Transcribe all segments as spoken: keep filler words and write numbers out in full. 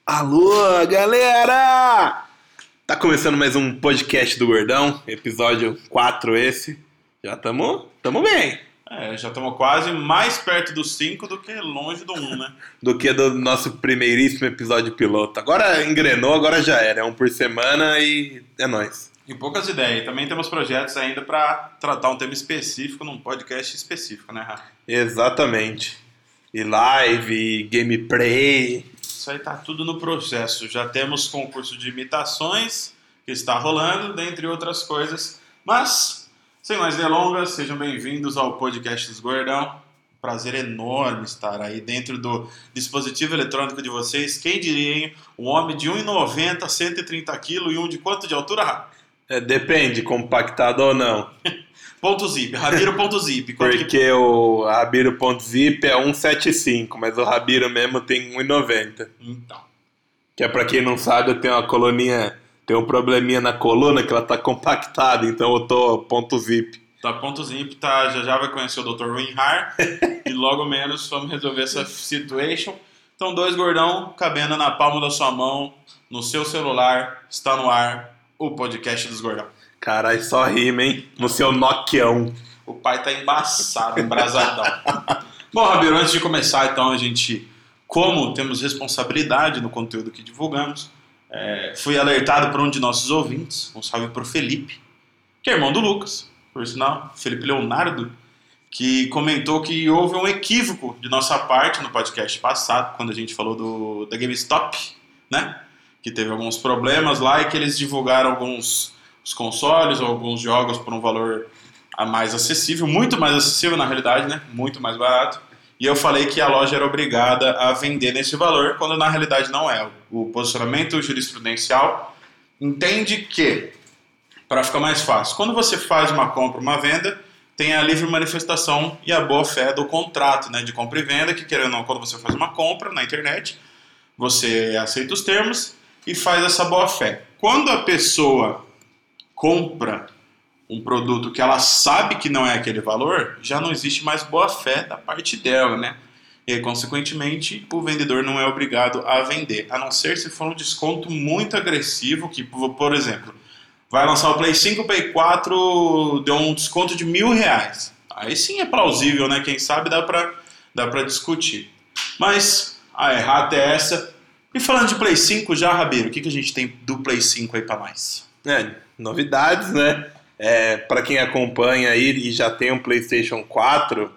Alô, galera! Tá começando mais um podcast do Gordão, episódio quatro esse. Já tamo, tamo bem. É, já estamos quase mais perto do cinco do que longe do um, né? Do que do nosso primeiríssimo episódio piloto. Agora engrenou, agora já era. É um por semana e é nóis. E poucas ideias. Também temos projetos ainda para tratar um tema específico num podcast específico, né, Rafa? Exatamente. E live, e gameplay. Isso aí tá tudo no processo. Já temos concurso de imitações que está rolando, dentre outras coisas. Mas, sem mais delongas, sejam bem-vindos ao podcast dos Gordão. Prazer enorme estar aí dentro do dispositivo eletrônico de vocês. Quem diria, hein? Um homem de um e noventa, cento e trinta quilos e um de quanto de altura, Rafa? É, depende, compactado ou não. Ponto zip, Rabiro.zip. Porque que... o Rabiro.zip é cento e setenta e cinco, mas o Rabiro mesmo tem um e noventa. Então. Que é pra quem não sabe, eu tenho uma coluninha, tem um probleminha na coluna que ela tá compactada, então eu tô ponto zip. Tá ponto zip, tá, já já vai conhecer o doutor Winhar e logo menos vamos resolver essa situation. Então, dois gordão cabendo na palma da sua mão, no seu celular, está no ar o podcast dos Gordão. Caralho, só rima, hein? No seu Nokião. O pai tá embaçado, embrasadão. Bom, Rabiro, antes de começar, então, a gente, como temos responsabilidade no conteúdo que divulgamos, é, fui alertado por um de nossos ouvintes, um salve pro Felipe, que é irmão do Lucas, por sinal, Felipe Leonardo, que comentou que houve um equívoco de nossa parte no podcast passado, quando a gente falou do, da GameStop, né? Que teve alguns problemas lá e que eles divulgaram alguns os consoles ou alguns jogos por um valor a mais acessível, muito mais acessível na realidade, né? Muito mais barato. E eu falei que a loja era obrigada a vender nesse valor, quando na realidade não é. O posicionamento jurisprudencial entende que, para ficar mais fácil, quando você faz uma compra, uma venda, tem a livre manifestação e a boa-fé do contrato, né? De compra e venda, que querendo ou não, quando você faz uma compra na internet, você aceita os termos e faz essa boa-fé. Quando a pessoa compra um produto que ela sabe que não é aquele valor, já não existe mais boa-fé da parte dela, né? E aí, consequentemente, o vendedor não é obrigado a vender, a não ser se for um desconto muito agressivo, que, por exemplo, vai lançar o Play cinco, o Play quatro, deu um desconto de mil reais. Aí sim é plausível, né? Quem sabe dá pra, dá pra discutir. Mas a errata é essa. E falando de Play cinco já, Rabiro, o que, que a gente tem do Play cinco aí pra nós? É, novidades, né? É, para quem acompanha aí e já tem um PlayStation quatro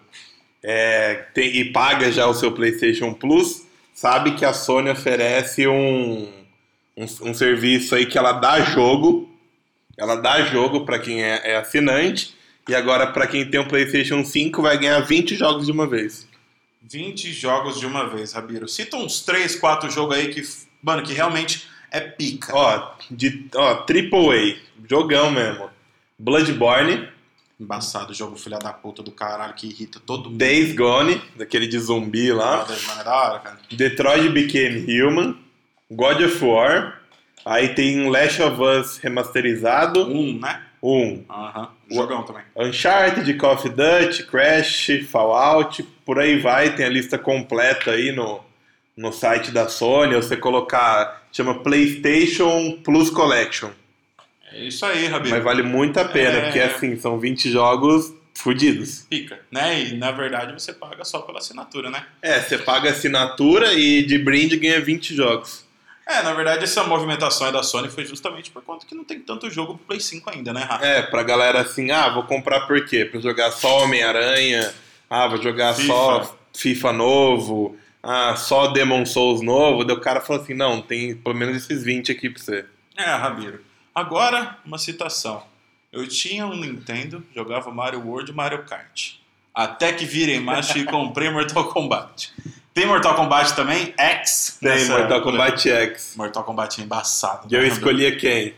é, tem, e paga já o seu PlayStation Plus, sabe que a Sony oferece um, um, um serviço aí que ela dá jogo, ela dá jogo para quem é, é assinante, e agora para quem tem um PlayStation cinco vai ganhar vinte jogos de uma vez. vinte jogos de uma vez, Rabiro. Cita uns três, quatro jogos aí que, mano, que realmente é pica. Ó, de, ó, Triple A, jogão mesmo. Bloodborne. Embaçado, jogo filha da puta do caralho que irrita todo mundo. Days Gone, daquele de zumbi lá. Ah, Days Gone é da hora, cara. Detroit Become Human. God of War. Aí tem Last of Us remasterizado. Um, né? Um. Aham. Uh-huh. Jogão também. Uncharted, Call of Duty, Crash, Fallout. Por aí vai, tem a lista completa aí no, no site da Sony. Você colocar, chama PlayStation Plus Collection. É isso aí, Rabiro. Mas vale muito a pena, é... porque assim, são vinte jogos fodidos. Pica, né? E na verdade você paga só pela assinatura, né? É, você paga assinatura e de brinde ganha vinte jogos. É, na verdade essa movimentação da Sony foi justamente por conta que não tem tanto jogo pro Play cinco ainda, né, Rafa? É, pra galera assim, ah, vou comprar por quê? Pra jogar só Homem-Aranha, ah, vou jogar FIFA. Só FIFA novo, ah, só Demon Souls novo. Daí o cara falou assim, não, tem pelo menos esses vinte aqui pra você. É, Rabiro. Agora, uma citação. Eu tinha um Nintendo, jogava Mario World e Mario Kart. Até que virei macho e comprei Mortal Kombat. Tem Mortal Kombat também? X? Tem, nessa... Mortal Kombat X. Mortal Kombat é embaçado. E né, eu escolhia quem?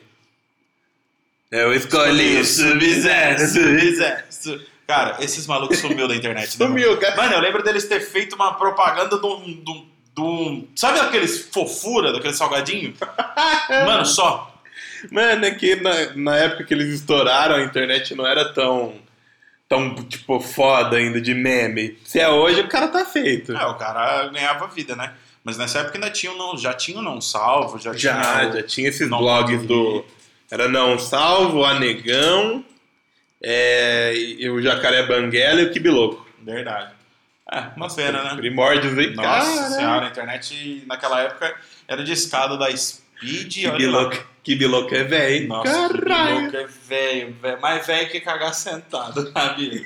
Eu escolhi o Sub-Zero. Sub-Zero. Cara, esses malucos sumiu da internet. Sumiu, né, cara. Mano, eu lembro deles ter feito uma propaganda de um... De um, de um sabe aqueles fofura, daquele salgadinho? Mano, só... Mano, é que na, na época que eles estouraram, a internet não era tão, tão, tipo, foda ainda de meme. Se é hoje, o cara tá feito. É, o cara ganhava vida, né? Mas nessa época ainda tinha, não, já tinha o Não Salvo, já, Já, tinha... o já tinha esses Não blogs Pode do... Rir. Era Não Salvo, Anegão, é, e o Jacaré Banguela e o Kibiloco. Verdade. É, uma pena, né? Primórdios aí, Nossa cara. senhora, a internet naquela época era de escada da Speed. Olha Kibiloco, lá. Kibiloco é velho. Nossa, Caralho. que louco, é velho, velho. Mais velho que cagar sentado, sabe?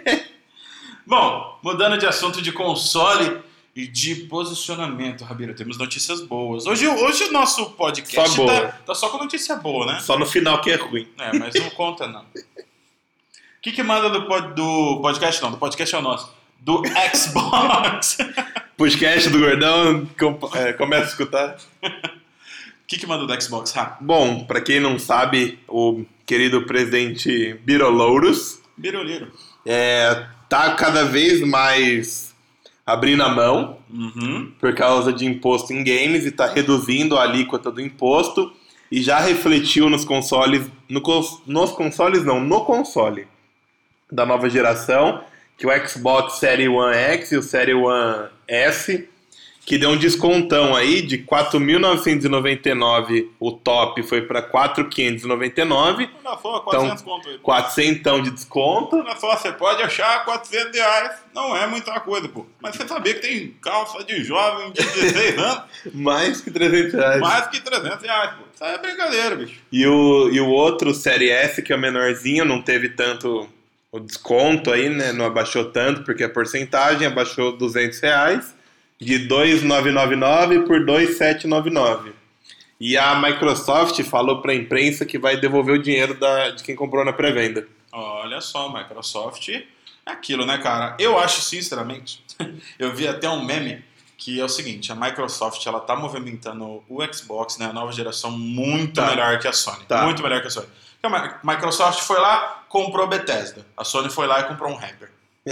Bom, mudando de assunto de console e de posicionamento, Rabiro, temos notícias boas. Hoje, hoje o nosso podcast Só boa. tá, tá só com notícia boa, né? Só no final que é ruim. É, mas não conta, não. O que que manda do, pod, do podcast, não? Do podcast é o nosso. Do Xbox. Podcast do Gordão, com, é, começa a escutar. O que que manda do Xbox, Ra? Bom, pra quem não sabe, o querido presidente Birolouros Biruliro. é, tá cada vez mais abrindo a mão Uhum. por causa de imposto em games e tá reduzindo a alíquota do imposto e já refletiu nos consoles, no, cons- nos consoles não, no console da nova geração, que o Xbox Series One X e o Series One S, que deu um descontão aí de quatro mil novecentos e noventa e nove, o top foi para quatro mil quinhentos e noventa e nove, Olha só, quatrocentos conto aí. quatrocentos de desconto. Olha só, você pode achar quatrocentos reais. Não é muita coisa, pô. Mas você sabia que tem calça de jovem de dezesseis anos? Mais que trezentos reais. Mais que trezentos reais, pô. Isso aí é brincadeira, bicho. E o, e o outro, Série S, que é o menorzinho, não teve tanto o desconto aí, né? Não abaixou tanto, porque a porcentagem abaixou duzentos reais, de dois mil novecentos e noventa e nove por dois mil setecentos e noventa e nove. E a Microsoft falou para a imprensa que vai devolver o dinheiro da, de quem comprou na pré-venda. Olha só, Microsoft é aquilo, né, cara? Eu acho, sinceramente, eu vi até um meme que é o seguinte, a Microsoft, ela tá movimentando o Xbox, né, a nova geração, muito Tá. melhor que a Sony. Tá. Muito melhor que a Sony. Porque a Mi- Microsoft foi lá, comprou Bethesda. A Sony foi lá e comprou um rapper.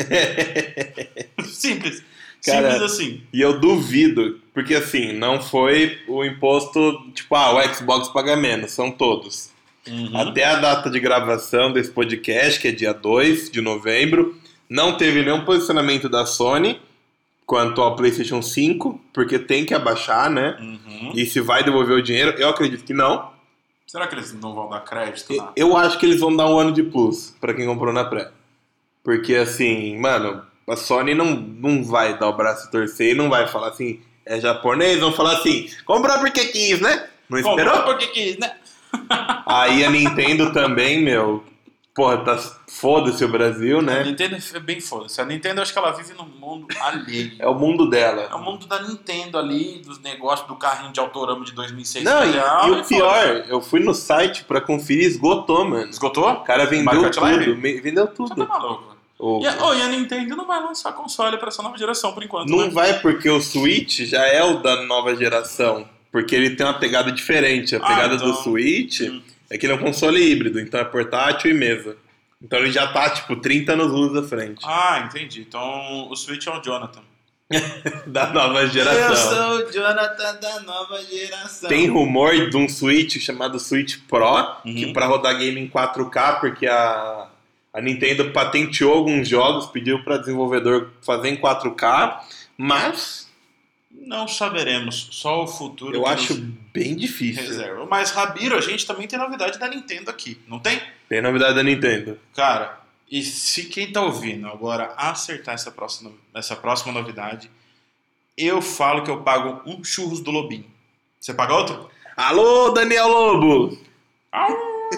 Simples. Cara, Simples assim. E eu duvido, porque assim, não foi o imposto, tipo, ah, o Xbox paga menos, são todos. Uhum. Até a data de gravação desse podcast, que é dia dois de novembro, não teve nenhum posicionamento da Sony quanto ao PlayStation cinco, porque tem que abaixar, né? Uhum. E se vai devolver o dinheiro, eu acredito que não. Será que eles não vão dar crédito? E- Nada? Eu acho que eles vão dar um ano de plus pra quem comprou na pré. Porque assim, mano, a Sony não, não vai dar o braço a torcer e não vai falar assim, é japonês, vão falar assim, comprou porque quis, né? Não esperou? Comprou porque quis, né? Aí a Nintendo também, meu, porra, tá foda-se o Brasil, A né? Nintendo é bem foda-se. A Nintendo, acho que ela vive num mundo alheio. É o mundo É dela. o mundo da Nintendo ali, dos negócios do carrinho de autorama de dois mil e seis. Não, e, real, e o foda-se. pior, eu fui no site pra conferir, esgotou, mano. Esgotou? O cara vendeu Market tudo, Live? me- vendeu Você tá tudo. maluco. O- E a, oh, e a Nintendo não vai lançar console pra essa nova geração por enquanto, Não né? vai porque o Switch já é o da nova geração. Porque ele tem uma pegada diferente. A Ah, pegada então- do Switch Hum. é que ele é um console híbrido, então é portátil e mesa. Então ele já tá, tipo, trinta anos luz à frente Ah, entendi. Então o Switch é o Jonathan. da nova Eu geração. sou o Jonathan da nova geração. Tem rumor de um Switch chamado Switch Pro, Uhum. que pra rodar game em quatro K, porque a, a Nintendo patenteou alguns jogos, pediu pra desenvolvedor fazer em quatro K, mas Não saberemos. Só o futuro eu que acho nos bem difícil. reserva. Mas, Rabiro, a gente também tem novidade da Nintendo aqui, não tem? Tem novidade da Nintendo. Cara, e se quem tá ouvindo agora acertar essa próxima, essa próxima novidade, eu falo que eu pago um churros do Lobinho. Você paga outro? Alô, Daniel Lobo! Au!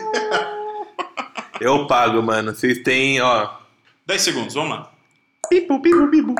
Eu pago, mano. Vocês têm, ó. dez segundos, vamos lá. Pipu, pipu, pipu.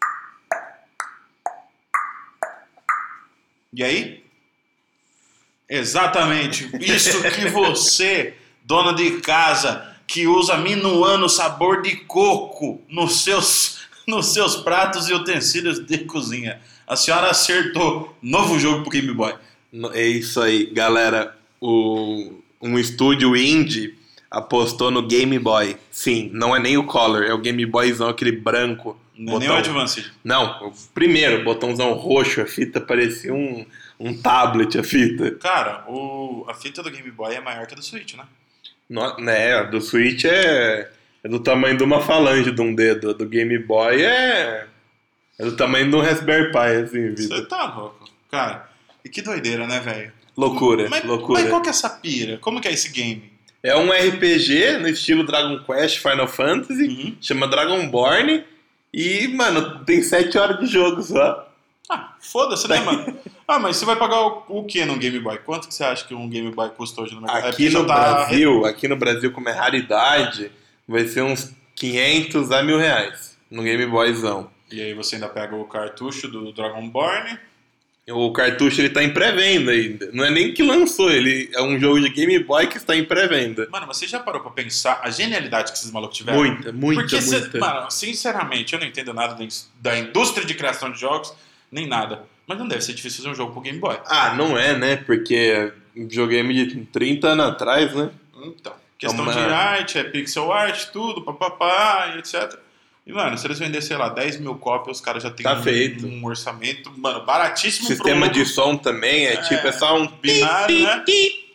E aí? Exatamente. Isso que você, dona de casa, que usa minuano sabor de coco nos seus, nos seus pratos e utensílios de cozinha. A senhora acertou. Novo jogo pro Game Boy. No- É isso aí, galera. O, um estúdio indie apostou no Game Boy. Sim, não é nem o Color, é o Game Boyzão, aquele branco. Não é nem o botão- Advanced. Não, o primeiro, botãozão roxo, a fita parecia um, um tablet, a fita. Cara, o, a fita do Game Boy é maior que a do Switch, né? No, né, a do Switch é, É do tamanho de uma falange de um dedo. Do Game Boy é... É do tamanho de um Raspberry Pi, assim, vida. Você tá louco. Cara, e que doideira, né, velho? Loucura, mas, loucura. Mas qual que é essa pira? Como que é esse game? É um R P G no estilo Dragon Quest, Final Fantasy. Uhum. Chama Dragonborn. E, mano, tem sete horas de jogo só. Ah, foda-se, né, mano? Ah, mas você vai pagar o, o que num Game Boy? Quanto que você acha que um Game Boy custa hoje no mercado? Aqui É, já no tá Brasil, re- aqui no Brasil, como é raridade, vai ser uns quinhentos a mil reais no Game Boyzão. E aí você ainda pega o cartucho do Dragonborn. O cartucho ele tá em pré-venda ainda. Não é nem que lançou, ele é um jogo de Game Boy que está em pré-venda. Mano, mas você já parou pra pensar a genialidade que esses malucos tiveram? Muita, muita, Porque, cê- muita. mano, sinceramente, eu não entendo nada da, ins- da indústria de criação de jogos, nem nada. Mas não deve ser difícil fazer um jogo pro Game Boy. Ah, não é, né? Porque videogame de trinta anos atrás, né? Então, questão Uma- de arte, é pixel art, tudo, papapá, e etcétera. E, mano, se eles venderem, sei lá, dez mil cópias, os caras já têm Tá um, feito. um orçamento, mano, baratíssimo Sistema pro de som também é, É, tipo, é só um... binário, né?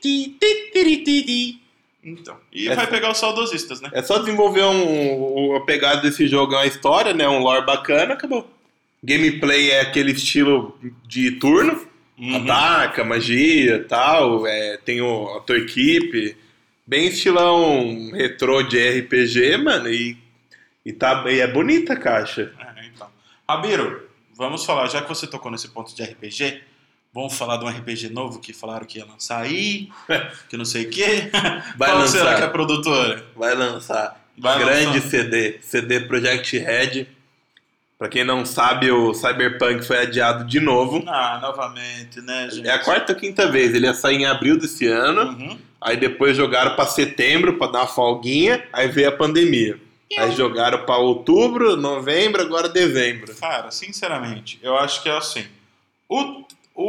Então, e É vai só- pegar os saudosistas, né? É só desenvolver um, a pegada desse jogo, é uma história, né? Um lore bacana, acabou. Gameplay é aquele estilo de turno, Uhum. ataca, magia, tal, é, tem o, a tua equipe, bem estilão retrô de R P G, mano, e, e, tá, e é bonita a caixa. É, então. Rabiro, vamos falar, já que você tocou nesse ponto de R P G, vamos falar de um R P G novo que falaram que ia lançar aí, que não sei o quê. Vai Qual lançar. será que é a produtora? Vai lançar. Vai Grande lançar. C D, C D Projekt Red. Pra quem não sabe, o Cyberpunk foi adiado de novo. Ah, novamente, né, gente? É a quarta ou quinta vez. Ele ia sair em abril desse ano. Uhum. Aí depois jogaram pra setembro pra dar uma folguinha. Aí veio a pandemia. Aí jogaram pra outubro, novembro, agora dezembro. Cara, sinceramente, eu acho que é assim. O,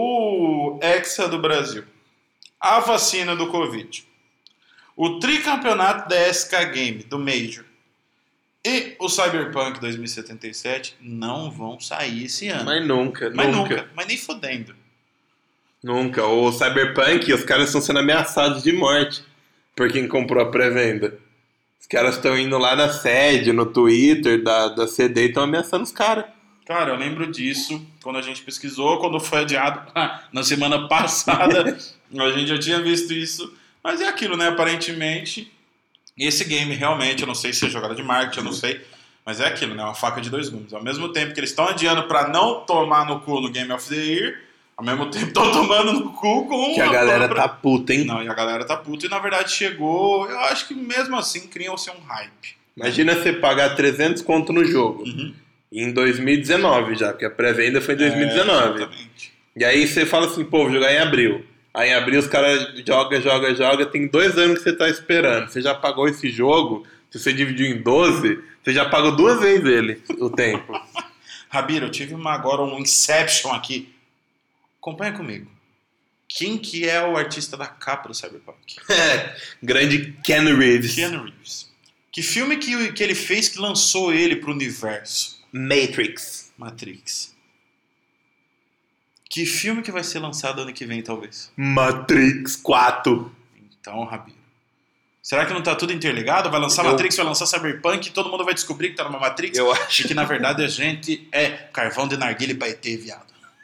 o Hexa do Brasil, a vacina do Covid, o tricampeonato da S K Game, do Major, e o Cyberpunk dois mil e setenta e sete não vão sair esse ano. Mas nunca, Mas nunca, nunca, mas nem fodendo. nunca. O Cyberpunk, os caras estão sendo ameaçados de morte por quem comprou a pré-venda. Os caras estão indo lá na sede, no Twitter da, da C D e estão ameaçando os caras. Cara, eu lembro disso quando a gente pesquisou, quando foi adiado na semana passada. A gente já tinha visto isso. Mas é aquilo, né? Aparentemente, esse game realmente, eu não sei se é jogada de marketing, eu não sei. Mas é aquilo, né? Uma faca de dois gumes. Ao mesmo tempo que eles estão adiando pra não tomar no cu no Game of the Year, ao mesmo tempo estão tomando no cu com Que a galera própria... tá puta, hein? Não, e a galera tá puta. E na verdade chegou... Eu acho que mesmo assim criam-se um hype. Imagina você pagar trezentos conto no jogo. Uhum. Em dois mil e dezenove já, porque a pré-venda foi em dois mil e dezenove. É, exatamente. E aí você fala assim, pô, vou jogar em abril. Aí em abril os caras jogam, jogam, jogam. Tem dois anos que você tá esperando. Você já pagou esse jogo, se você dividiu em doze, você já pagou duas vezes ele, o tempo. Rabiro, eu tive uma, agora um Inception aqui. Acompanha comigo. Quem que é o artista da capa do Cyberpunk? É, grande Ken Reeves. Keanu Reeves. Que filme que, que ele fez que lançou ele pro universo? Matrix. Matrix. Que filme que vai ser lançado ano que vem, talvez? Matrix quatro. Então, Rabiro. Será que não tá tudo interligado? Vai lançar Eu- Matrix, vai lançar Cyberpunk e todo mundo vai descobrir que tá numa Matrix? Eu acho E que, na verdade, a gente é carvão de narguilha pra E T, viado.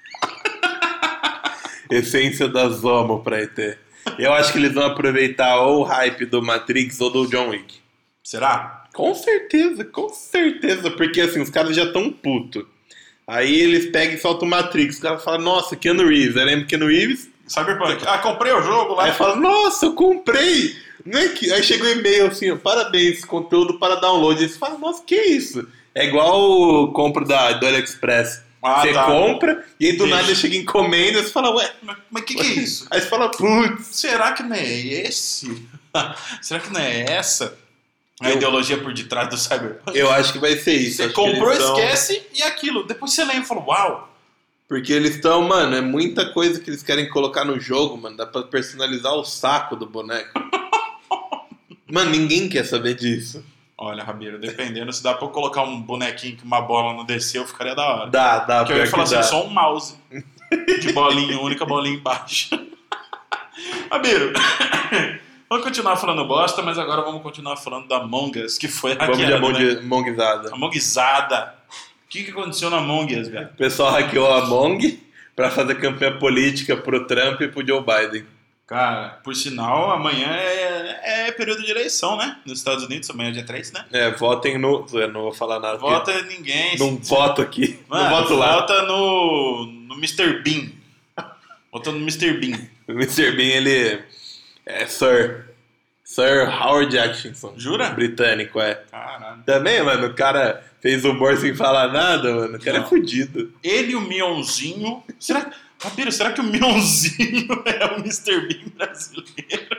essência da Zomo pra E T. Eu acho que eles vão aproveitar ou o hype do Matrix ou do John Wick. Será? Com certeza, com certeza. Porque assim, os caras já estão puto. Aí eles pegam e soltam o Matrix. Os caras falam, nossa, Keanu Reeves. Aí lembra Keanu Reeves? Cyberpunk. Ah, comprei o jogo lá. Aí fala, nossa, eu comprei. Não é que... Aí chegou o e-mail assim, ó, parabéns, conteúdo para download. Aí você fala, nossa, que isso? É igual o compro da, do AliExpress. Ah, você tá. compra e aí do Deixa. nada chega encomenda e você fala, ué. Mas o que, que é isso? Aí você fala, putz. Será que não é esse? Será que não é essa a Eu- ideologia por detrás do Cyberpunk? Eu acho que vai ser isso. Você Acho que comprou, eles tão- esquece e aquilo. Depois você lembra e fala, uau. Porque eles estão, mano, é muita coisa que eles querem colocar no jogo, mano. Dá pra personalizar o saco do boneco. Mano, ninguém quer saber disso. Olha, Rabiro, dependendo, se dá pra eu colocar um bonequinho que uma bola não desceu, ficaria da hora. Dá, dá, Porque eu ia pior falar que assim, dá. só um mouse de bolinha, única bolinha embaixo. Rabiro, Vamos continuar falando bosta, mas agora vamos continuar falando da Among Us, que foi hackeada, Vamos de Among, né? Amongizada. Amongizada. O que, que aconteceu na Among Us, velho? O pessoal hackeou a Among pra fazer campanha política pro Trump e pro Joe Biden. Cara, por sinal, amanhã é, é período de eleição, né? Nos Estados Unidos, amanhã é dia três, né? É, votem no... Eu não vou falar nada. Vota ninguém. Não se- voto aqui. Mano, não voto lá. Vota no, no mister Bean. Vota no mister Bean. O mister Bean, ele é Sir. Sir Howard Atkinson. Jura? Britânico, é. Caralho. Também, mano, o cara fez humor sem falar nada, mano. O cara Não. é fudido. Ele e o Mionzinho. Será, Rabiro, será que o Mionzinho é o mister Bean brasileiro?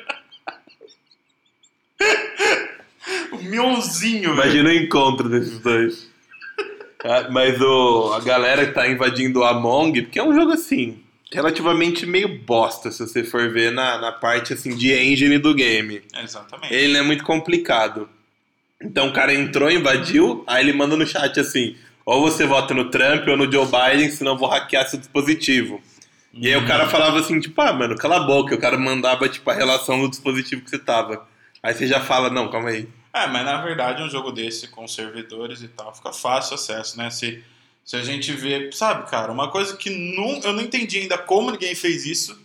O Mionzinho, velho. Imagina o encontro desses dois. Ah, Mas o, a galera que tá invadindo o Among, porque é um jogo assim, relativamente meio bosta, se você for ver na, na parte assim de engine do game. Exatamente. Ele não é muito complicado. Então o cara entrou, invadiu, aí ele manda no chat assim: ou você vota no Trump ou no Joe Biden, senão eu vou hackear seu dispositivo. E aí o cara falava assim, tipo, ah, mano, cala a boca. O cara mandava, tipo, a relação do dispositivo que você tava. Aí você já fala, não, calma aí. É, mas na verdade um jogo desse com servidores e tal fica fácil acesso, né? Se, se a gente vê, sabe, cara, uma coisa que não, eu não entendi ainda como ninguém fez isso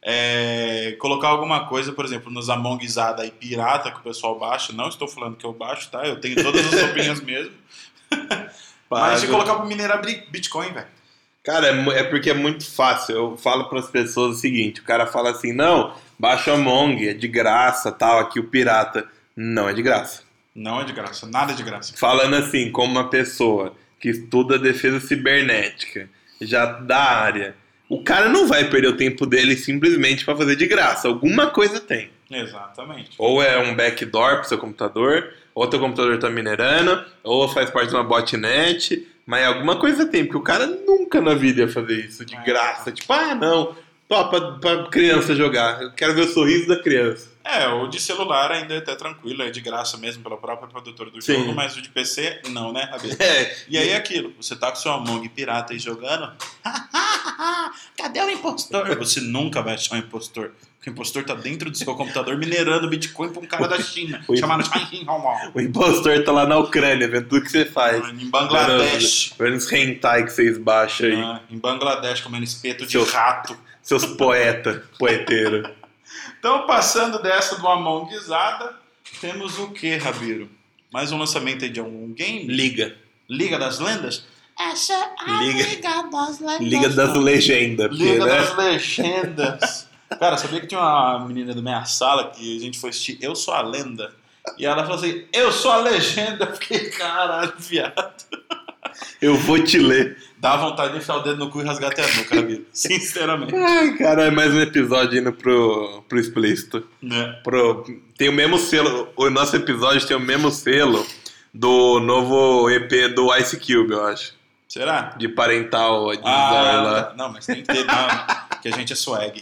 é colocar alguma coisa, por exemplo, nos Amongizada e pirata que o pessoal baixa. Não estou falando que eu baixo, tá? Eu tenho todas as roupinhas mesmo. Mas de Pago. colocar pra minerar Bi- Bitcoin, velho. Cara, é, mu- é porque é muito fácil. Eu falo pras pessoas o seguinte: o cara fala assim, não, baixa o Among, é de graça, tal, aqui o pirata. Não é de graça. Não é de graça, nada é de graça. Falando assim, como uma pessoa que estuda defesa cibernética, já da área, o cara não vai perder o tempo dele simplesmente pra fazer de graça. Alguma coisa tem. Exatamente. Ou é um backdoor pro seu computador, ou teu computador tá minerando, ou faz parte de uma botnet, mas alguma coisa tem, porque o cara nunca na vida ia fazer isso de É. graça. Tipo, ah, não, ó, pra, pra criança jogar, eu quero ver o sorriso da criança. É, o de celular ainda é até tranquilo, é de graça mesmo pela própria produtora do Sim. jogo, mas o de P C, não, né, Rabir? É, E aí é aquilo, você tá com seu Among pirata aí jogando, cadê o impostor? Você nunca vai achar um impostor, porque o impostor tá dentro do seu computador minerando Bitcoin pra um cara da China, O chamado Shai Hong o impostor tá lá na Ucrânia, vendo tudo que você faz. em Bangladesh. Vendo os hentai que vocês baixam aí. Ah, em Bangladesh comendo espeto de Seu- rato. Seus poeta, poeteiros. Então, passando dessa do Amongizada, temos o que, Rabiro? Mais um lançamento aí de algum game? Liga. Liga das Lendas? Essa é a Liga- Liga, das Lendas. Liga das legendas. porque, Liga né? das Legendas. Cara, sabia que tinha uma menina da minha sala que a gente foi assistir Eu Sou a Lenda? E ela falou assim, eu sou a legenda. Eu fiquei, caralho, viado. Eu vou te ler. Dá vontade de enfiar o dedo no cu e rasgar até a boca, Rabiro. Sinceramente. Ai, cara, é mais um episódio indo pro, pro explícito. Né? Pro, tem o mesmo selo, o nosso episódio tem o mesmo selo do novo E P do Ice Cube, eu acho. Será? De parental, de Ah, lá. tá. Não, mas tem que ter, não, que a gente é swag.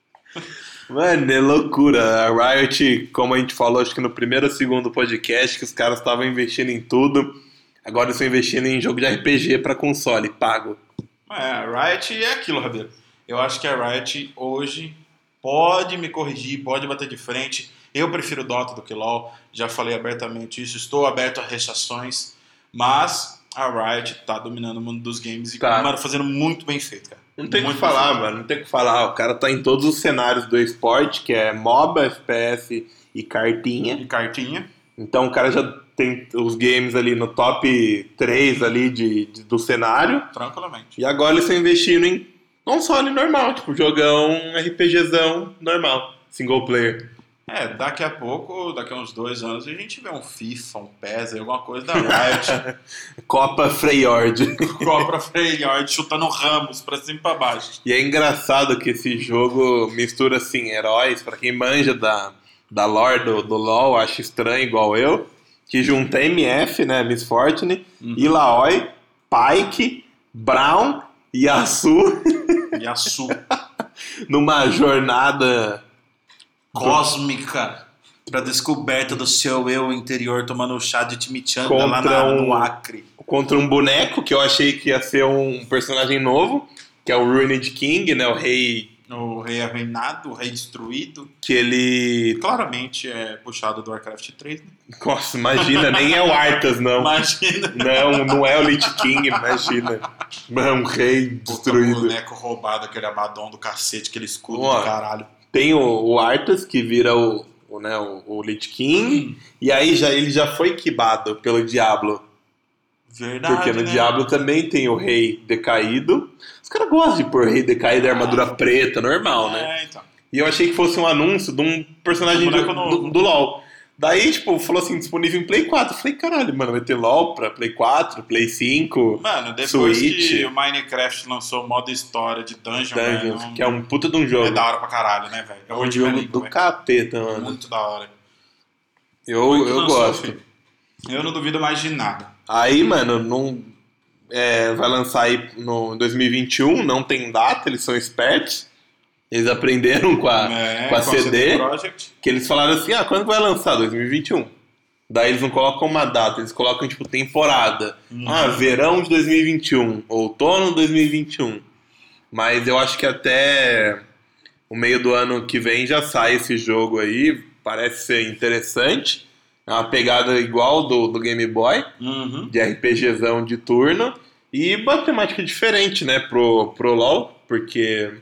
Mano, é loucura. A Riot, como a gente falou, acho que no primeiro ou segundo podcast, que os caras estavam investindo em tudo. Agora eles estão investindo em jogo de R P G pra console, pago. É, a Riot é aquilo, Rabiro. Eu acho que a Riot hoje pode me corrigir, pode bater de frente. Eu prefiro Dota do que LoL, já falei abertamente isso, estou aberto a rechações, mas a Riot tá dominando o mundo dos games e Tá. mano, fazendo muito bem feito, cara. Não tem o Muito que falar, bem feito. mano. Não tem o que falar. O cara tá em todos os cenários do esporte, que é MOBA, F P S e cartinha. E cartinha. Então o cara já tem os games ali no top três ali de, de- do cenário. Tranquilamente. E agora eles estão investindo em console normal, tipo jogão, RPGzão normal, single player. É, daqui a pouco, daqui a uns dois anos, a gente vê um FIFA, um P E S, alguma coisa da Riot. Copa Freyord. Cobra Freyard chutando ramos pra cima e pra baixo. E é engraçado que esse jogo mistura assim heróis, pra quem manja da, da lore do, do LoL, acha estranho igual eu, que junta M F, né, Miss Fortune, Uhum. Illaoi, Pyke, Brown e Yasuo E a Su numa jornada cósmica pra descoberta do seu eu interior tomando chá de chimichanga Contra lá na, um- no Acre. contra um boneco que eu achei que ia ser um personagem novo, que é o Ruined King, né, o rei O rei arruinado, o rei destruído. Que ele... Claramente é puxado do Warcraft três, né? Nossa, imagina, nem é o Arthas, não. Imagina. Não, não é o Lich King, imagina. É um rei destruído. O boneco roubado, aquele Abaddon do cacete, aquele escudo Ó, do caralho. Tem o, o Arthas, que vira o, o, né, o, o Lich King, hum. e aí já, ele já foi quibado pelo Diablo. Verdade, Porque no né? Diablo também tem o rei decaído. Os caras gostam de pôr rei decaído e armadura ah, preta, normal, é, né? Então. E eu achei que fosse um anúncio de um personagem um do, do, do LoL. Daí, tipo, falou assim, disponível em Play quatro. Eu falei, caralho, mano, vai ter LoL pra Play quatro, Play cinco, Mano, depois Switch. Que o Minecraft lançou o modo história de Dungeon, Dungeons, velho, que é um puta de um jogo. É da hora pra caralho, né, velho? É um jogo do véio. capeta, mano. Muito da hora. Eu, eu lançou, gosto. Filho. Eu não duvido mais de nada. Aí, mano, não... É, vai lançar aí no dois mil e vinte e um, não tem data, eles são espertos. Eles aprenderam com a, é, com a com C D, Project. Que eles falaram assim, ah, quando vai lançar? dois mil e vinte e um. Daí eles não colocam uma data, eles colocam tipo temporada. Hum. Ah, verão de dois mil e vinte e um, outono de dois mil e vinte e um. Mas eu acho que até o meio do ano que vem já sai esse jogo aí, parece ser interessante. É uma pegada igual do, do Game Boy, uhum. de RPGzão de turno, e uma temática diferente, né, pro, pro LoL, porque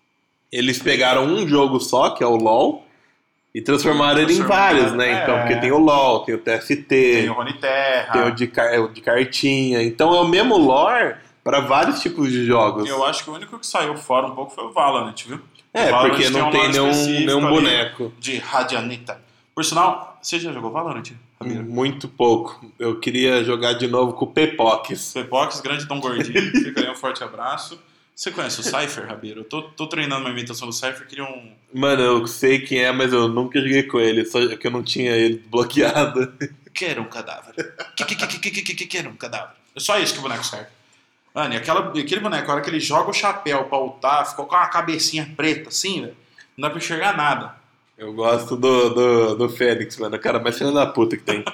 eles pegaram um jogo só, que é o LoL, e transformaram ele em vários, né, é. então, porque tem o LoL, tem o T F T, tem o Runeterra, tem o de, o de cartinha, então é o mesmo lore para vários tipos de jogos. Eu acho que o único que saiu fora um pouco foi o Valorant, viu? É, Valorant porque não tem, tem nenhum, nenhum boneco. De Radianita. Por sinal, você já jogou Valorant, Rabiro? Muito pouco. Eu queria jogar de novo com o Pepox. Pepox, grande tão gordinho. Fica aí um forte abraço. Você conhece o Cypher, Rabiro? Eu tô, tô treinando uma imitação do Cypher, queria um... Mano, eu sei quem é, mas eu nunca joguei com ele. Só que eu não tinha ele bloqueado. Quero um cadáver. Que, que, que, que, que, que, que, quero um cadáver. É só isso que o boneco serve. Mano, e aquela, aquele boneco, na hora que ele joga o chapéu pra ultar, ficou com uma cabecinha preta assim, velho. Não dá pra enxergar nada. Eu gosto do, do, do Fênix, mano. O cara mais filho da puta que tem.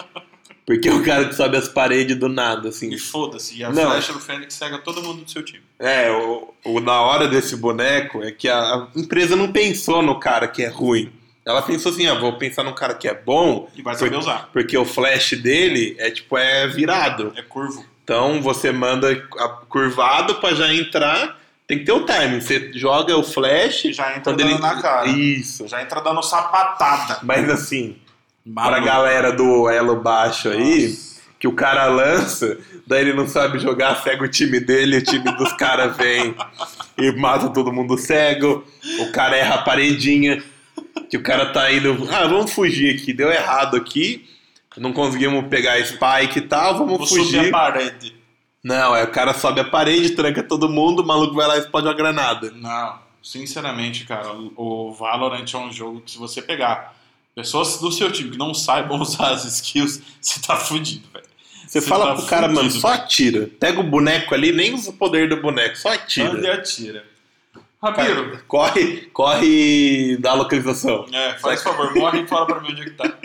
Porque é o cara que sobe as paredes do nada, assim. E foda-se, e a não. flecha do Fênix cega todo mundo do seu time. É, o, o da hora desse boneco é que a, a empresa não pensou no cara que é ruim. Ela pensou assim, ah, vou pensar num cara que é bom. E vai saber porque, usar. Porque o flash dele é tipo, é virado. É curvo. Então você manda curvado pra já entrar. Tem que ter o timing. Você joga o flash. E já entra dando ele... na cara. Isso. Já entra dando sapatada. Mas assim, Malu. Pra galera do elo baixo aí, nossa, que o cara lança, daí ele não sabe jogar, cega o time dele, o time dos caras vem e mata todo mundo cego. O cara erra a paredinha. Que o cara tá indo. Ah, vamos fugir aqui. Deu errado aqui. Não conseguimos pegar Spike e tal, vamos Vou fugir. Subir a parede. Não, é o cara sobe a parede, tranca todo mundo, o maluco vai lá e explode uma granada. Não, sinceramente, cara, o Valorant é um jogo que se você pegar pessoas do seu time que não saibam usar as skills, você tá fudido, velho. Você, você fala tá pro cara, fudido, mano, só atira. Pega o boneco ali, nem usa o poder do boneco, só atira. Anda e atira. Rabiro. Cara, corre, corre da localização. É, faz favor, morre e fala pra mim onde é que tá.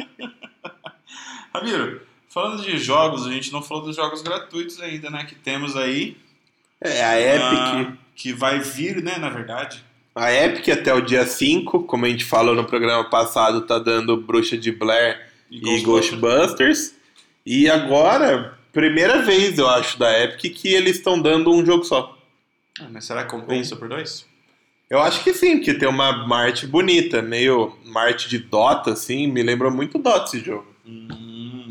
Rabiro, falando de jogos, a gente não falou dos jogos gratuitos ainda, né? Que temos aí. É, a Epic. Uh, que vai vir, né, na verdade. A Epic até o dia cinco, como a gente falou no programa passado, tá dando Bruxa de Blair e, e Ghostbusters. Ghostbusters. E agora, primeira vez, eu acho, da Epic que eles estão dando um jogo só. Ah, mas será que compensa um. por dois? Eu acho que sim, porque tem uma, uma arte bonita, meio uma arte de Dota, assim, me lembra muito Dota esse jogo. Hum,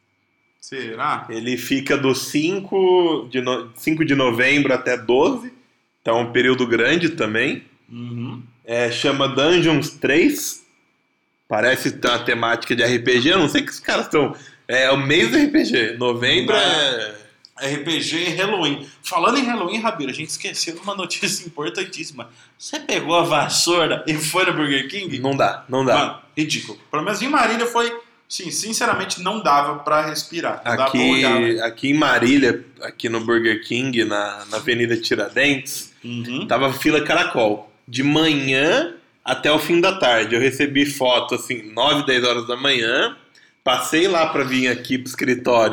será? Ele fica do cinco de, no, cinco de novembro até doze, então é um período grande também. Uhum. É, chama Dungeons três, parece ter uma temática de R P G, eu não sei que os caras estão... É o mês do R P G, novembro é... R P G e Halloween. Falando em Halloween, Rabiro, a gente esqueceu de uma notícia importantíssima. Você pegou a vassoura e foi no Burger King? Não dá, não dá. Mano, ridículo. Pelo menos em Marília foi... Sim, sinceramente não dava pra respirar. Não aqui, dava pra olhar, aqui em Marília, aqui no Burger King, na, na Avenida Tiradentes, uhum. tava fila caracol. De manhã até o fim da tarde. Eu recebi foto, assim, nove, dez horas da manhã. Passei lá pra vir aqui pro escritório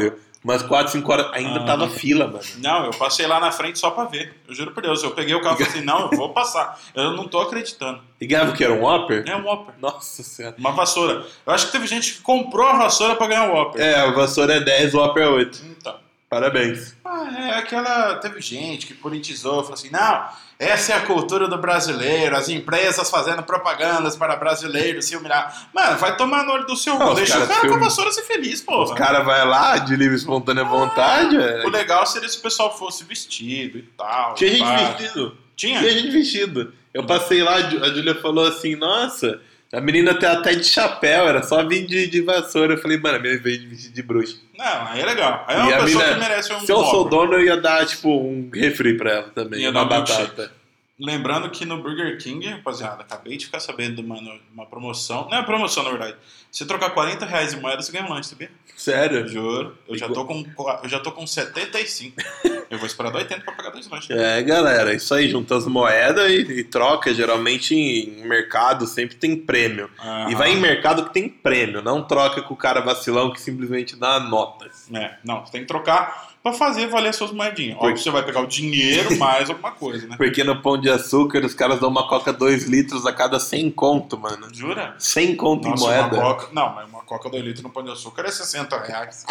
Umas quatro, cinco horas. Ainda Ah. tava fila, mano. Não, eu passei lá na frente só pra ver. Eu juro por Deus. Eu peguei o carro e falei assim, não, eu vou passar. Eu não tô acreditando. E ganhava o que? Era um Whopper? É um Whopper. Nossa senhora. Uma vassoura. Eu acho que teve gente que comprou a vassoura pra ganhar o Whopper. É, a vassoura é dez, o Whopper é oito. Então. Parabéns. Ah, é aquela... Teve gente que politizou, falou assim, não, essa é a cultura do brasileiro, as empresas fazendo propagandas para brasileiros se humilhar. Mano, vai tomar no olho do seu Não, cu, os deixa o caras cara com a filmam. vassoura ser feliz, porra. Os caras vão lá de livre e espontânea vontade. é. O legal seria se o pessoal fosse vestido e tal. Tinha e gente pá. vestido. Tinha? Tinha gente vestido. Eu passei lá, a Júlia falou assim, nossa, a menina tá até de chapéu, era só vir de, de vassoura. Eu falei, mano, a menina veio de vestido de bruxa. Não, aí é legal. Aí é E uma a pessoa mina- que merece um Se eu sou Whopper. dono, eu ia dar, tipo, um refri pra ela também, Ia uma dar um milkshake. batata. Lembrando que no Burger King, rapaziada, acabei de ficar sabendo de uma, uma promoção. Não é promoção, na verdade. Se trocar quarenta reais em moeda, você ganha um lanche, sabia? Sério? Juro. Eu já tô com, eu já tô com setenta e cinco. Eu vou esperar do oitenta pra pagar dois lanches. É, galera, isso aí, junta as moedas e, e troca. Geralmente em mercado sempre tem prêmio. Aham. E vai em mercado que tem prêmio, não troca com o cara vacilão que simplesmente dá notas. É, não, você tem que trocar pra fazer valer as suas moedinhas. Por- Óbvio, você vai pegar o dinheiro mais alguma coisa, né? Porque no Pão de Açúcar os caras dão uma coca dois litros a cada cem conto, mano. Jura? cem conto Nossa, em moeda. uma coca... Não, mas uma coca dois litros no Pão de Açúcar é sessenta reais.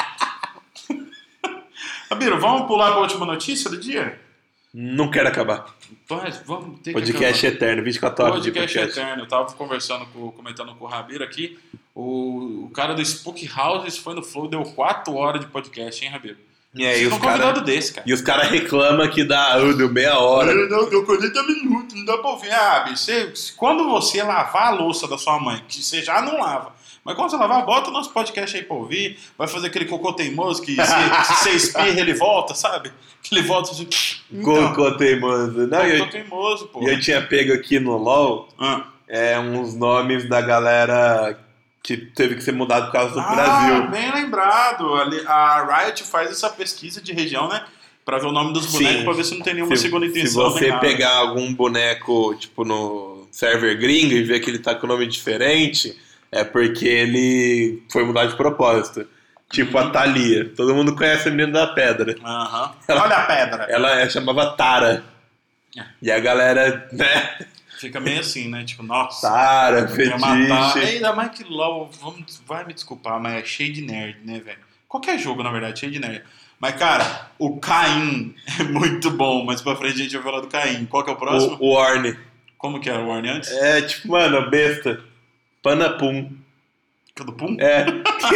Abiro, vamos pular pra última notícia do dia? Não quero acabar. Então, é, vamos ter que Podcast acabar. eterno, vinte e quatro horas de Podcast podcast. eterno. Eu tava conversando, com, comentando com o Rabiro aqui. O, o cara do Spook Houses foi no Flow, deu quatro horas de podcast, hein, Rabiro? E aí Você os não convidado caras desse, cara. e os cara reclamam que dá, ah, deu meia hora. Não, deu quarenta minutos, não dá pra ouvir. Ah, bicho, você, quando você lavar a louça da sua mãe, que você já não lava, mas quando você lavar, bota o nosso podcast aí pra ouvir, vai fazer aquele cocô teimoso que se, se você espirra, ele volta, sabe? Que ele volta assim. Então, Cocô teimoso. Não, e cocô eu, teimoso, pô. e eu tinha pego aqui no LOL Ah. é, uns nomes da galera que teve que ser mudado por causa do Ah, Brasil. bem lembrado. Ali- A Riot faz essa pesquisa de região, né? Pra ver o nome dos bonecos, Sim. pra ver se não tem nenhuma Se, segunda se intenção. você nem nada. pegar algum boneco, tipo, no server gringo e ver que ele tá com nome diferente, é porque ele foi mudado de propósito. Tipo Uhum. a Thalia. Todo mundo conhece a menina da pedra. Aham. Ela- Olha a pedra. Ela é- chamava Tara. É. E a galera, né? Fica meio assim, né? Tipo, nossa. Tara, eu queria matar. fetiche. Ainda mais que LOL, vamos, vai me desculpar, mas é cheio de nerd, né, velho? Qualquer jogo, na verdade, cheio de nerd. Mas, cara, o Caim é muito bom, mas pra frente a gente vai falar do Caim. Qual que é o próximo? O, o Orne. Como que era o Warne antes? É tipo, mano, besta. Panapum. Que é do Pum? É.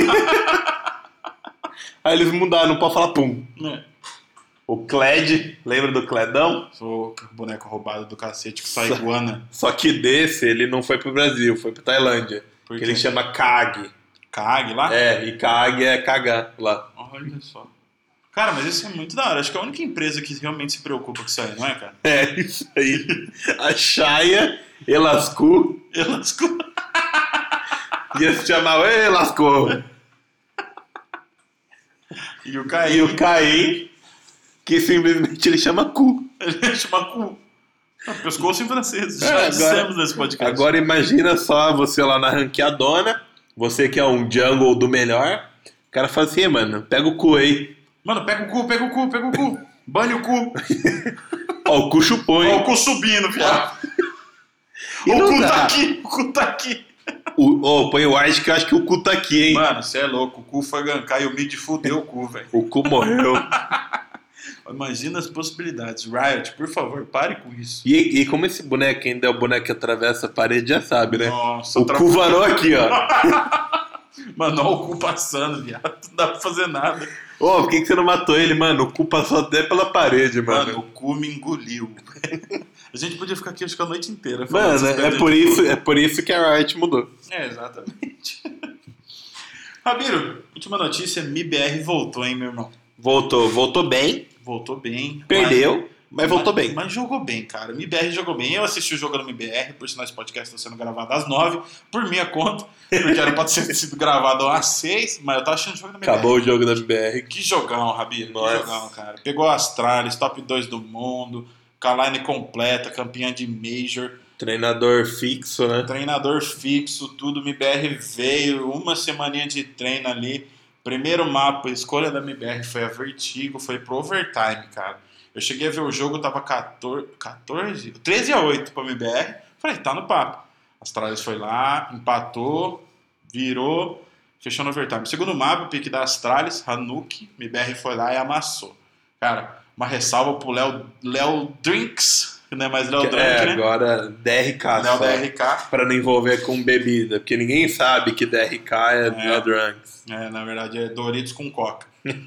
Aí eles mudaram, não pode falar pum. É. O Kled, lembra do Cledão? Sou o boneco roubado do cacete que sai iguana. Só que desse, ele não foi pro Brasil, foi pra Tailândia. Por Que quê? ele chama Kag. Kag lá? É, e Kag é cagar lá. Olha só. Cara, mas isso é muito da hora. Acho que é a única empresa que realmente se preocupa com isso aí, não é, cara? É, isso aí. A Shaya Elascu Elas... ia se chamar Elascu. E o E Caim, o Caim, que simplesmente ele chama Cu. ele chama cu. Ah, pescoço em francês. É, Já agora- dissemos nesse podcast. Agora imagina só você lá na ranqueadona, você que é um jungle do melhor, o cara fala assim, mano, pega o cu aí. Mano, pega o cu, pega o cu, pega o cu. Banhe o cu. Ó, o cu chupou, Ó, o hein? cu subindo, viado. E O não cu dá. tá aqui, o cu tá aqui. O, ó, põe o arte que eu acho que o cu tá aqui, hein? Mano, você é louco. O cu foi gankar e o mid fudeu o cu, velho. O cu morreu. Imagina as possibilidades. Riot, por favor, pare com isso. E, e como esse boneco ainda é o boneco que atravessa a parede, já sabe, né? Nossa, O tra- cu varou aqui, ó. Mano, olha o cu passando, viado. Não dá pra fazer nada. Ô, por que, que você não matou ele, mano? O cu passou até pela parede, Mano, mano. o cu me engoliu. A gente podia ficar aqui acho que a noite inteira. falando Mano, essas é coisas por, de isso, cu. é por isso que a Riot mudou. É, exatamente. Rabiro, última notícia, M I B R voltou, hein, meu irmão? Voltou, voltou bem, Voltou bem. perdeu, mas voltou mas, bem. Mas jogou bem, cara. O M I B R jogou bem. Eu assisti o jogo do M I B R, por sinal esse podcast está sendo gravado às nove, por minha conta, porque era pra ter sido gravado às seis, mas eu tava achando o jogo do M I B R. Acabou o jogo da M B R. Que jogão, Rabiro. Nossa. Que jogão, cara. Pegou a Astralis, top dois do mundo, com a line completa, campeã de Major, Treinador fixo, né? treinador fixo, tudo. O M I B R veio, uma semaninha de treino ali, Primeiro mapa, escolha da M B R foi a Vertigo, foi pro overtime, cara. Eu cheguei a ver o jogo, tava quatorze, treze a oito pra M B R. Falei, tá no papo. Astralis foi lá, empatou, virou, fechou no overtime. Segundo mapa, pique da Astralis, Hanuk, M B R foi lá e amassou. Cara, uma ressalva pro Léo, Léo Drinks, não é mais Léo Drink, é, né? Agora D R K Léo só, D R K. Pra não envolver com bebida, porque ninguém sabe que D R K é, é. Léo Drunks. É, na verdade é Doritos com Coca.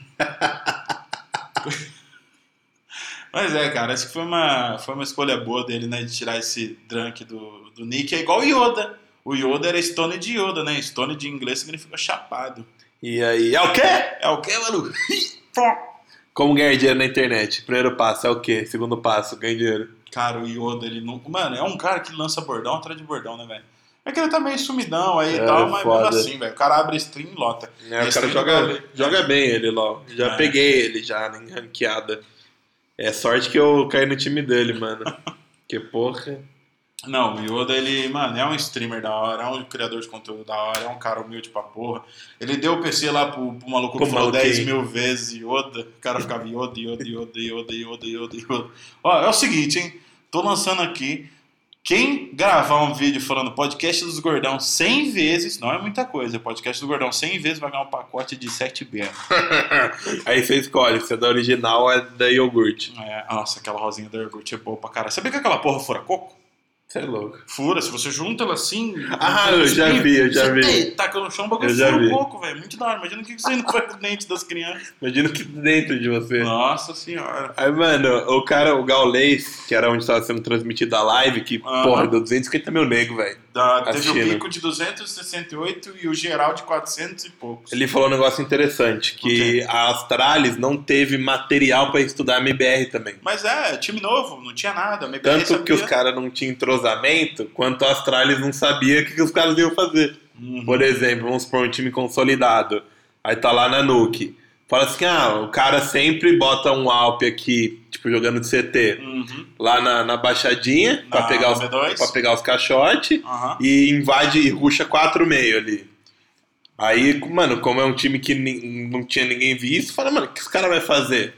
Mas é, cara, acho que foi uma, foi uma escolha boa dele, né, de tirar esse drunk do, do Nick. É igual o Yoda. O Yoda era Stone de Yoda, né? Stone de inglês significa chapado. E aí, é o quê? É o quê, mano? Como ganhar dinheiro na internet? Primeiro passo é o quê? Segundo passo, ganhar dinheiro. Cara, o Yoda, ele não... Mano, é um cara que lança bordão atrás de bordão, né, velho? É que ele tá meio sumidão aí e é, tal, mas foda. mesmo assim, velho. O cara abre stream e lota. É, o cara joga, joga bem ele, LOL. Já é. peguei ele já em ranqueada. É sorte que eu caí no time dele, mano. Que porra. Não, o Yoda, ele, mano, é um streamer da hora, é um criador de conteúdo da hora, é um cara humilde pra porra. Ele deu o P C lá pro, pro maluco que falou dez mil vezes Yoda. O cara ficava Yoda, Yoda, Yoda, Yoda, Yoda, Yoda, Yoda. Ó, é o seguinte, hein? Tô lançando aqui. Quem gravar um vídeo falando podcast dos gordão cem vezes, não é muita coisa, podcast do gordão cem vezes vai ganhar um pacote de sete B. Aí você escolhe, se é da original ou é da iogurte. É, nossa, aquela rosinha da iogurte é boa pra caralho. Sabia que aquela porra fura coco? Você é louco. Fura, se você junta ela assim... Ah, eu já vi, eu já vi. Você taca no chão, o bagulho fura um pouco, velho. Muito da hora. Imagina o que isso aí não faz com os dentes das crianças. Imagina o que dentro de você. Nossa senhora. Aí, mano, o cara, o Gaulês, que era onde estava sendo transmitida a live, que, ah, porra, deu duzentos e cinquenta mil nego, velho. Teve o pico de duzentos e sessenta e oito e o geral de quatrocentos e poucos. Ele falou um negócio interessante, que okay. a Astralis não teve material pra estudar a M B R também. Mas é, time novo, não tinha nada. A M B R Tanto sabia. que os caras não tinham entrosamento, quanto a Astralis não sabia o que, que os caras iam fazer. Uhum. Por exemplo, vamos supor um time consolidado. Aí tá lá na Nuke. Fala assim, ah, o cara sempre bota um Alp aqui, tipo, jogando de C T, uhum. lá na, na baixadinha, na pra, pegar os, pra pegar os caixotes, uhum. e invade e ruxa quatro meio ali. Aí, mano, como é um time que n- não tinha ninguém visto, fala, mano, o que os caras vão fazer?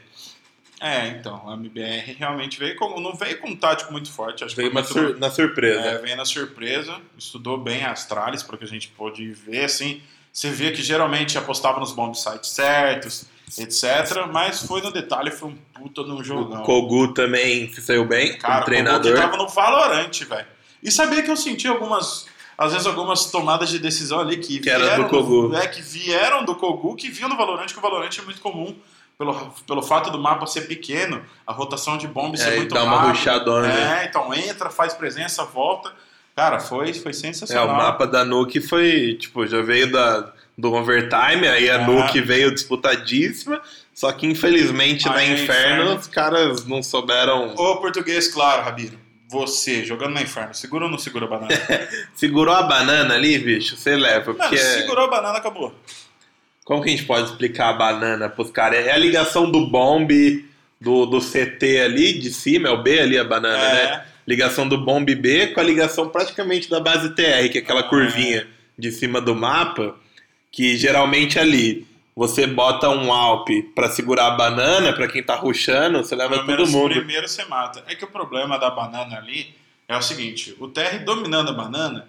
É, então, a M B R realmente veio com, não veio com um tático muito forte. Acho veio que muito, sur- na surpresa. É, veio na surpresa, estudou bem a Astralis, porque a gente pôde ver, assim... Você via que geralmente apostava nos bomb sites certos, etcétera. Mas foi no detalhe, foi um puta num jogão. O Kogu também se saiu bem, cara, como treinador. O Kogu que tava no Valorant, velho. E sabia que eu senti algumas, às vezes algumas tomadas de decisão ali que, que vieram do Kogu. No, é, que vieram do Kogu, que vinham no Valorant, que o Valorant é muito comum. Pelo, pelo fato do mapa ser pequeno, a rotação de bomb ser é, muito dá rápida. uma rushadona. É, então entra, faz presença, volta. Cara, foi, foi sensacional. É, o mapa da Nuke foi, tipo, já veio da... do overtime, aí a ah. Nuke veio disputadíssima, só que infelizmente ah, na Inferno, Inferno os caras não souberam... Ô português, claro, Rabiro, você jogando na Inferno, segura ou não segura a banana? Segurou a banana ali, bicho, você leva. Mano, porque segurou a banana, acabou. Como que a gente pode explicar a banana pros caras? É a ligação do bomb, do, do C T ali, de cima, é o B ali a banana, é. né? Ligação do bomb B com a ligação praticamente da base T R, que é aquela ah, curvinha é. de cima do mapa, que geralmente ali você bota um Alp pra segurar a banana, pra quem tá rushando, você leva Pelo todo mundo. Primeiro você mata. É que o problema da banana ali é o seguinte, o T R dominando a banana,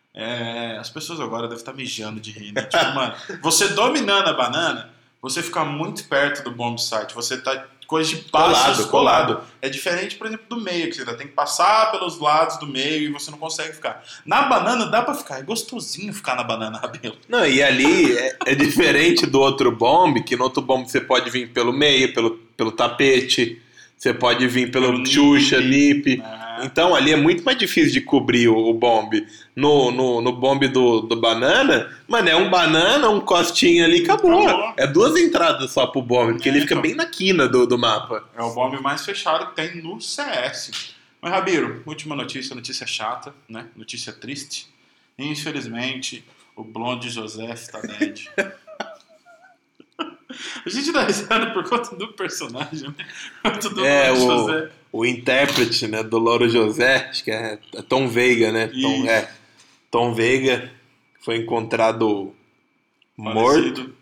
é, as pessoas agora devem estar mijando de rir, né? Tipo, mano, você dominando a banana, você fica muito perto do bomb site, você tá coisa de passos colado, colado. É diferente, por exemplo, do meio, que você tem que passar pelos lados do meio e você não consegue ficar. Na banana dá pra ficar, é gostosinho ficar na banana, Rabelo. Não, e ali é, é diferente do outro bomb, que no outro bomb você pode vir pelo meio, pelo, pelo tapete, você pode vir pelo, pelo Xuxa, Nip. É. Então ali é muito mais difícil de cobrir o, o bomb. No, no, no bomb do, do banana, mano, é um banana, um costinho ali, acabou. acabou. É duas entradas só pro bomb, porque é, ele fica então. bem na quina do, do mapa. É o bomb mais fechado que tem no C S. Mas, Rabiro, última notícia, notícia chata, né? Notícia triste. Infelizmente, o Blonde Joseph tá dead. A gente dá risada por conta do personagem, né? Do é, o, José. o intérprete, né, do Louro José, acho que é Tom Veiga, né? Tom, é, Tom Veiga foi encontrado falecido. morto,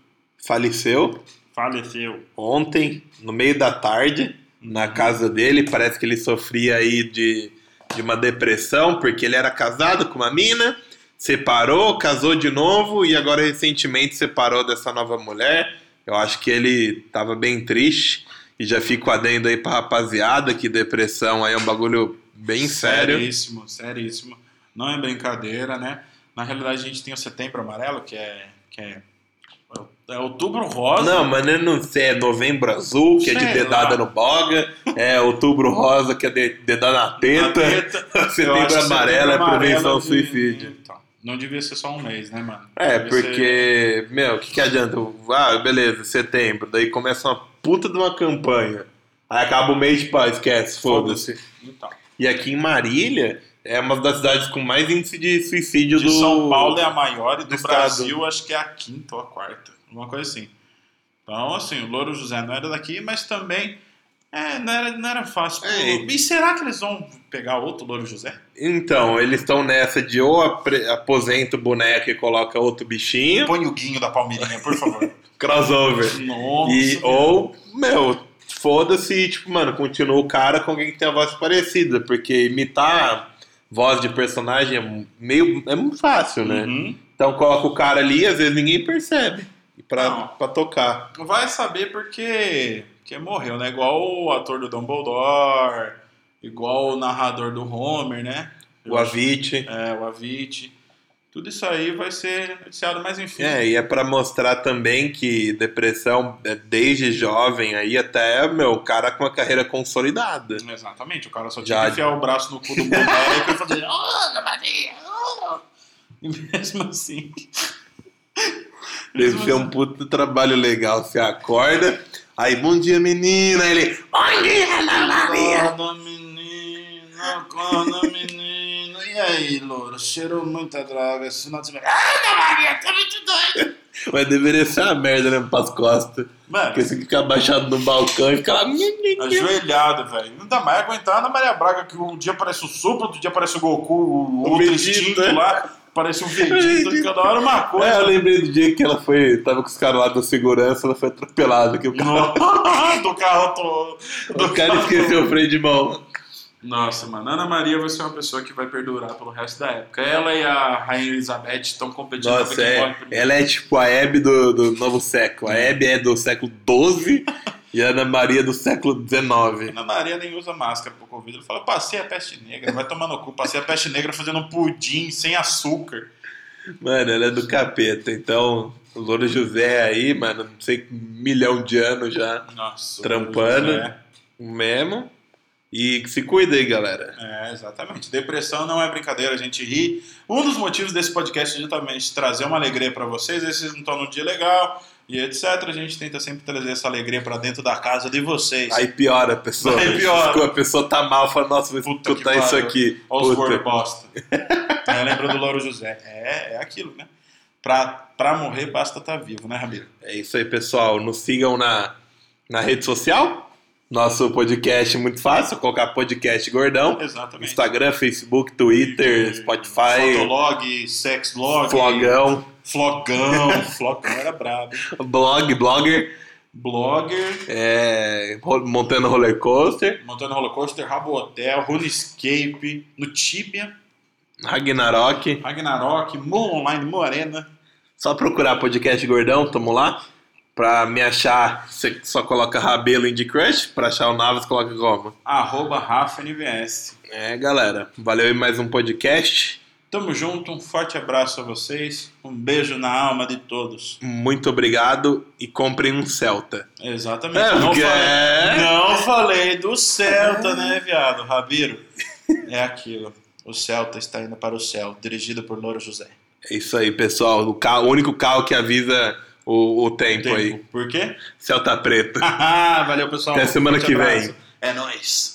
faleceu Faleceu. ontem, no meio da tarde, na casa dele. Parece que ele sofria aí de, de uma depressão, porque ele era casado com uma mina, separou, casou de novo e agora recentemente separou dessa nova mulher. Eu acho que ele tava bem triste e já fico adendo aí pra rapaziada que depressão aí é um bagulho bem sério. Seríssimo, seríssimo. Não é brincadeira, né? Na realidade a gente tem o Setembro Amarelo, que é... Que é... É Outubro Rosa. Não, mas eu não sei, é Novembro Azul, que é de Sei dedada lá. no boga, é Outubro Rosa, que é de dedada na teta, Na teta. Eu acho Setembro que Amarelo é Setembro prevenção ao de- suicídio. Então, não devia ser só um mês, né, mano? É, Devia porque, meu, o que, que adianta? Ah, beleza, setembro, daí começa uma puta de uma campanha. Aí acaba o mês, pá, esquece, foda-se. ser- Então, E aqui em Marília, é uma das cidades com mais índice de suicídio de do... São Paulo é a maior e do, do Brasil estado. acho que é a quinta ou a quarta. Uma coisa assim. Então, assim, o Louro José não era daqui, mas também é, não, era, não era fácil. É. E será que eles vão pegar outro Louro José? Então, eles estão nessa de ou apre- aposenta o boneco e coloca outro bichinho, Põe o Guinho da Palmeirinha, por favor. crossover. Nossa. E, ou, meu, foda-se, tipo, mano, continua o cara com alguém que tem a voz parecida, porque imitar voz de personagem é meio é muito fácil, né? Uhum. Então coloca o cara ali, às vezes ninguém percebe pra, Não. pra tocar. Vai saber porque, porque morreu, né? Igual o ator do Dumbledore, igual o narrador do Homer, né? O Avicii. É, o Avicii. Tudo isso aí vai ser noticiado, mas enfim. É, e é pra mostrar também que depressão é desde jovem aí até, meu, o cara com a carreira consolidada. Exatamente, o cara só Já- tinha que enfiar o braço no cu do boneco e fazer. Oh, Maria! Oh! E mesmo assim. Deve ser um puto trabalho legal. Você acorda, aí, bom dia, menina. Aí ele, bom dia, Ana Maria. Acorda, menina, acorda, menina. E aí, louro, cheirou muita droga esse final de semana. Ah, Ana Maria, tá muito doido. Mas deveria ser uma merda, né, pras costas. Mano, Porque você fica abaixado no balcão e fica lá... ajoelhado, velho. Não dá mais aguentar a Ana Maria Braga, que um dia aparece o Supra, outro dia aparece o Goku, o O outro Vegeta. instinto lá. Parece um Vegeta, cada hora uma É, eu coisa. lembrei do dia que ela foi... Tava com os caras lá da segurança, ela foi atropelada. Que o cara, Nossa, do carro todo. o cara esqueceu o freio de mão. Nossa, mano, Ana Maria vai ser uma pessoa que vai perdurar pelo resto da época. Ela e a Rainha Elizabeth estão competindo pra Nossa, ver quem morre é, primeiro. ela é tipo a Hebe do, do novo século. A Hebe é do século doze e a Ana Maria do século dezenove. Ana Maria nem usa máscara pro Covid. Ela fala, passei a peste negra, vai tomar no cu. Passei a peste negra fazendo um pudim sem açúcar. Mano, ela é do capeta. Então, o Louro José aí, mano, não sei, um milhão de anos já Nossa. trampando José. mesmo. E que se cuida aí, galera. É, exatamente. Depressão não é brincadeira, a gente ri. Um dos motivos desse podcast é justamente trazer uma alegria pra vocês. Aí vocês não estão num dia legal e etcétera. A gente tenta sempre trazer essa alegria pra dentro da casa de vocês. Aí piora a pessoa. Aí piora. A pessoa tá mal, fala, nossa, vou Puta que escutar isso pariu. aqui. Olha os Puta. gordos bosta. É, lembra do Louro José. É, é aquilo, né? Pra, pra morrer basta estar vivo, né, Ramiro? É isso aí, pessoal. Nos sigam na, na rede social. Nosso podcast é muito fácil, colocar podcast Gordão. Exatamente. Instagram, Facebook, Twitter, Spotify, Fotolog, sexlog. Flogão, Flogão. Flogão era brabo. blog, blogger, Blogger. é, ro- montando roller coaster, Montando Roller Coaster, Rabo Hotel, RuneScape, no Tibia, Ragnarok. Ragnarok, Mu Online, Mu Arena. Só procurar podcast Gordão, tamo lá. Pra me achar, você só coloca Rabelo Indie Crush. Pra achar o Navas, coloca como? Arroba Rafa N V S. É, galera. Valeu aí mais um podcast. Tamo junto, um forte abraço a vocês. Um beijo na alma de todos. Muito obrigado e comprem um Celta. Exatamente. É, não, porque- falei, não falei do Celta, né, viado? Rabiro, é aquilo. O Celta está indo para o céu, dirigido por Louro José. É isso aí, pessoal. O, carro, o único carro que avisa o, o tempo, Tempo. aí. Por quê? Celta preto. Valeu, pessoal. Até semana Forte que vem. abraço. É nóis.